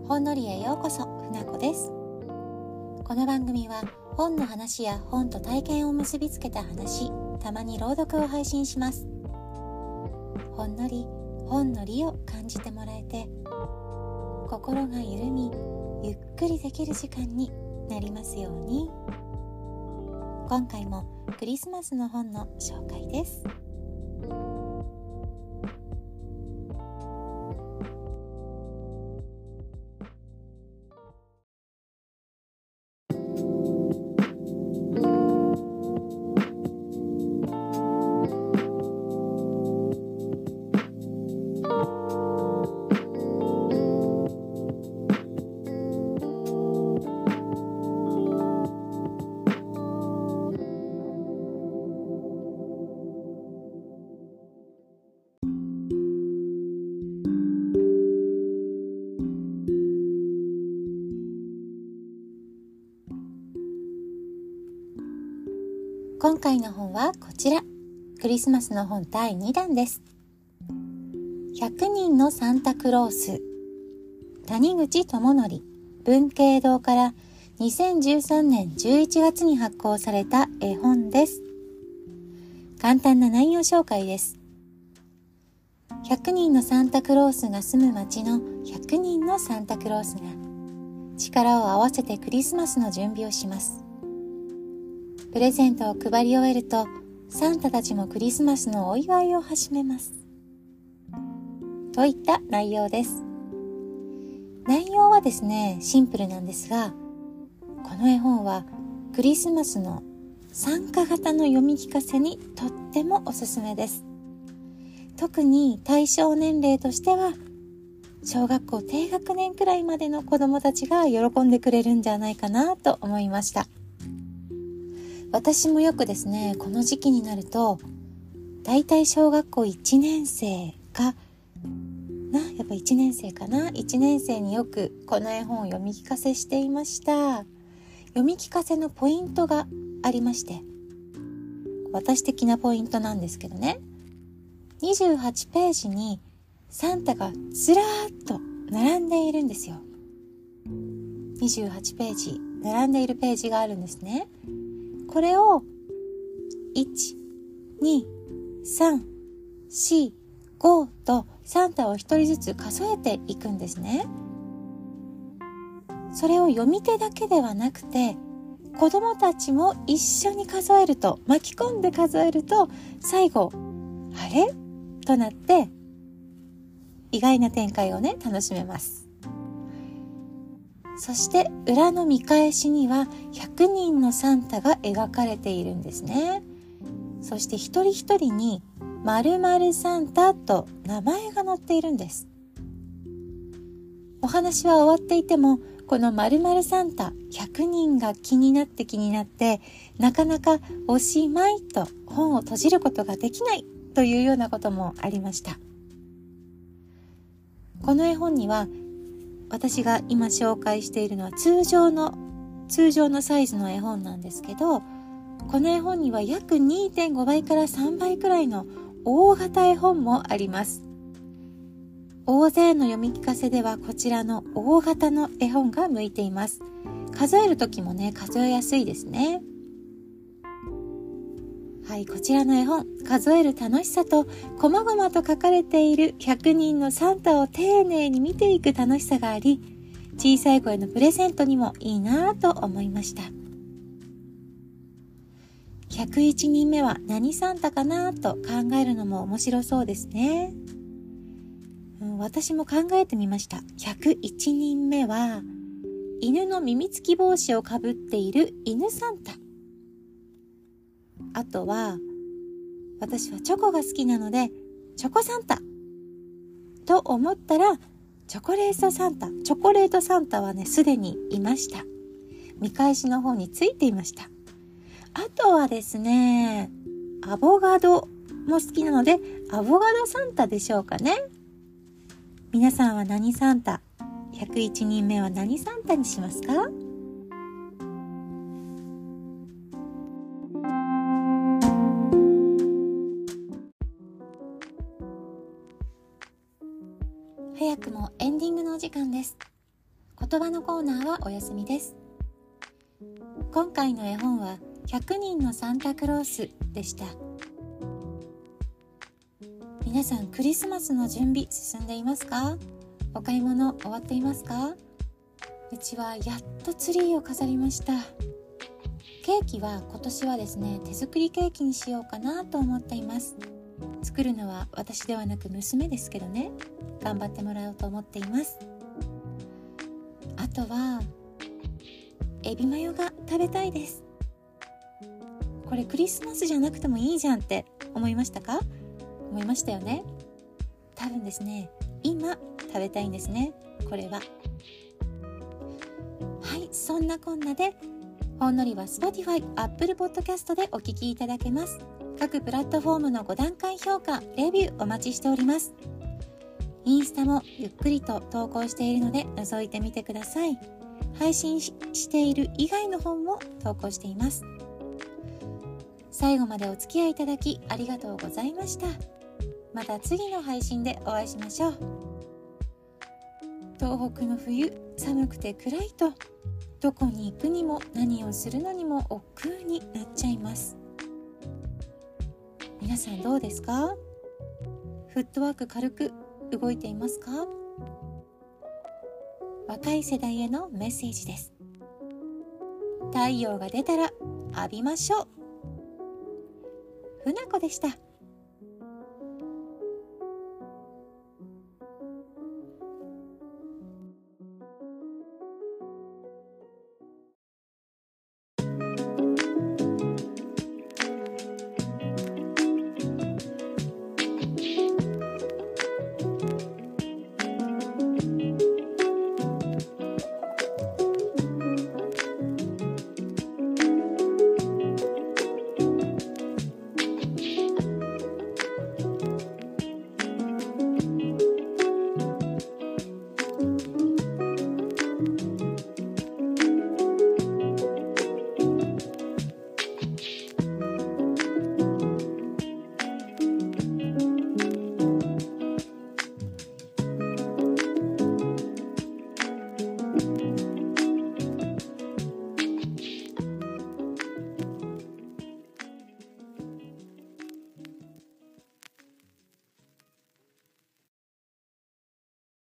ほんのりへようこそ。船子です。この番組は本の話や本と体験を結びつけた話、たまに朗読を配信します。ほんのり本の理を感じてもらえて、心が緩みゆっくりできる時間になりますように。今回もクリスマスの本の紹介です。今回の本はこちら、クリスマスの本第2弾です。100人のサンタクロース、谷口智則、文啓堂から2013年11月に発行された絵本です。簡単な内容紹介です。100人のサンタクロースが住む町の100人のサンタクロースが力を合わせてクリスマスの準備をします。プレゼントを配り終えると、サンタたちもクリスマスのお祝いを始めます。といった内容です。内容はですね、シンプルなんですが、この絵本はクリスマスの参加型の読み聞かせにとってもおすすめです。特に対象年齢としては、小学校低学年くらいまでの子どもたちが喜んでくれるんじゃないかなと思いました。私もよくですね、この時期になると、だいたい小学校1年生かな、やっぱ1年生かな、1年生によくこの絵本を読み聞かせしていました。読み聞かせのポイントがありまして、私的なポイントなんですけどね、28ページにサンタがずらーっと並んでいるんですよ。28ページ並んでいるページがあるんですね。これを1、2、3、4、5とサンタを一人ずつ数えていくんですね。それを読み手だけではなくて、子供たちも一緒に数えると、巻き込んで数えると、最後、あれとなって、意外な展開をね、楽しめます。そして裏の見返しには100人のサンタが描かれているんですね。そして一人一人に〇〇サンタと名前が載っているんです。お話は終わっていても、この〇〇サンタ100人が気になってなかなかおしまいと本を閉じることができないというようなこともありました。この絵本には、私が今紹介しているのは通常のサイズの絵本なんですけど、この絵本には約 2.5 倍から3倍くらいの大型絵本もあります。大勢の読み聞かせではこちらの大型の絵本が向いています。数える時もね、数えやすいですね。はい、こちらの絵本、数える楽しさと細々と書かれている100人のサンタを丁寧に見ていく楽しさがあり、小さい子へのプレゼントにもいいなぁと思いました。101人目は何サンタかなと考えるのも面白そうですね。私も考えてみました。101人目は犬の耳つき帽子をかぶっている犬サンタ。あとは、私はチョコが好きなので、チョコサンタと思ったら、チョコレートサンタはね、すでにいました。見返しの方についていました。あとはですね、アボガドも好きなので、アボガドサンタでしょうかね。皆さんは何サンタ、101人目は何サンタにしますか？早くもエンディングのお時間です。 言葉のコーナーはお休みです。今回の絵本は100人のサンタクロースでした。皆さんクリスマスの準備進んでいますか？お買い物終わっていますか？うちはやっとツリーを飾りました。ケーキは今年はですね、手作りケーキにしようかなと思っています。作るのは私ではなく娘ですけどね、頑張ってもらおうと思っています。あとはエビマヨが食べたいです。これクリスマスじゃなくてもいいじゃんって思いましたか？思いましたよね。多分ですね、今食べたいんですね、これは。はい、そんなこんなでほんのりは Spotify、Apple Podcast でお聞きいただけます。各プラットフォームの5段階評価、レビューお待ちしております。インスタもゆっくりと投稿しているので覗いてみてください。配信している以外の本も投稿しています。最後までお付き合いいただきありがとうございました。また次の配信でお会いしましょう。東北の冬、寒くて暗いとどこに行くにも何をするのにも億劫になっちゃいます。皆さんどうですか？フットワーク軽く動いていますか？若い世代へのメッセージです。太陽が出たら浴びましょう。ふなこでした。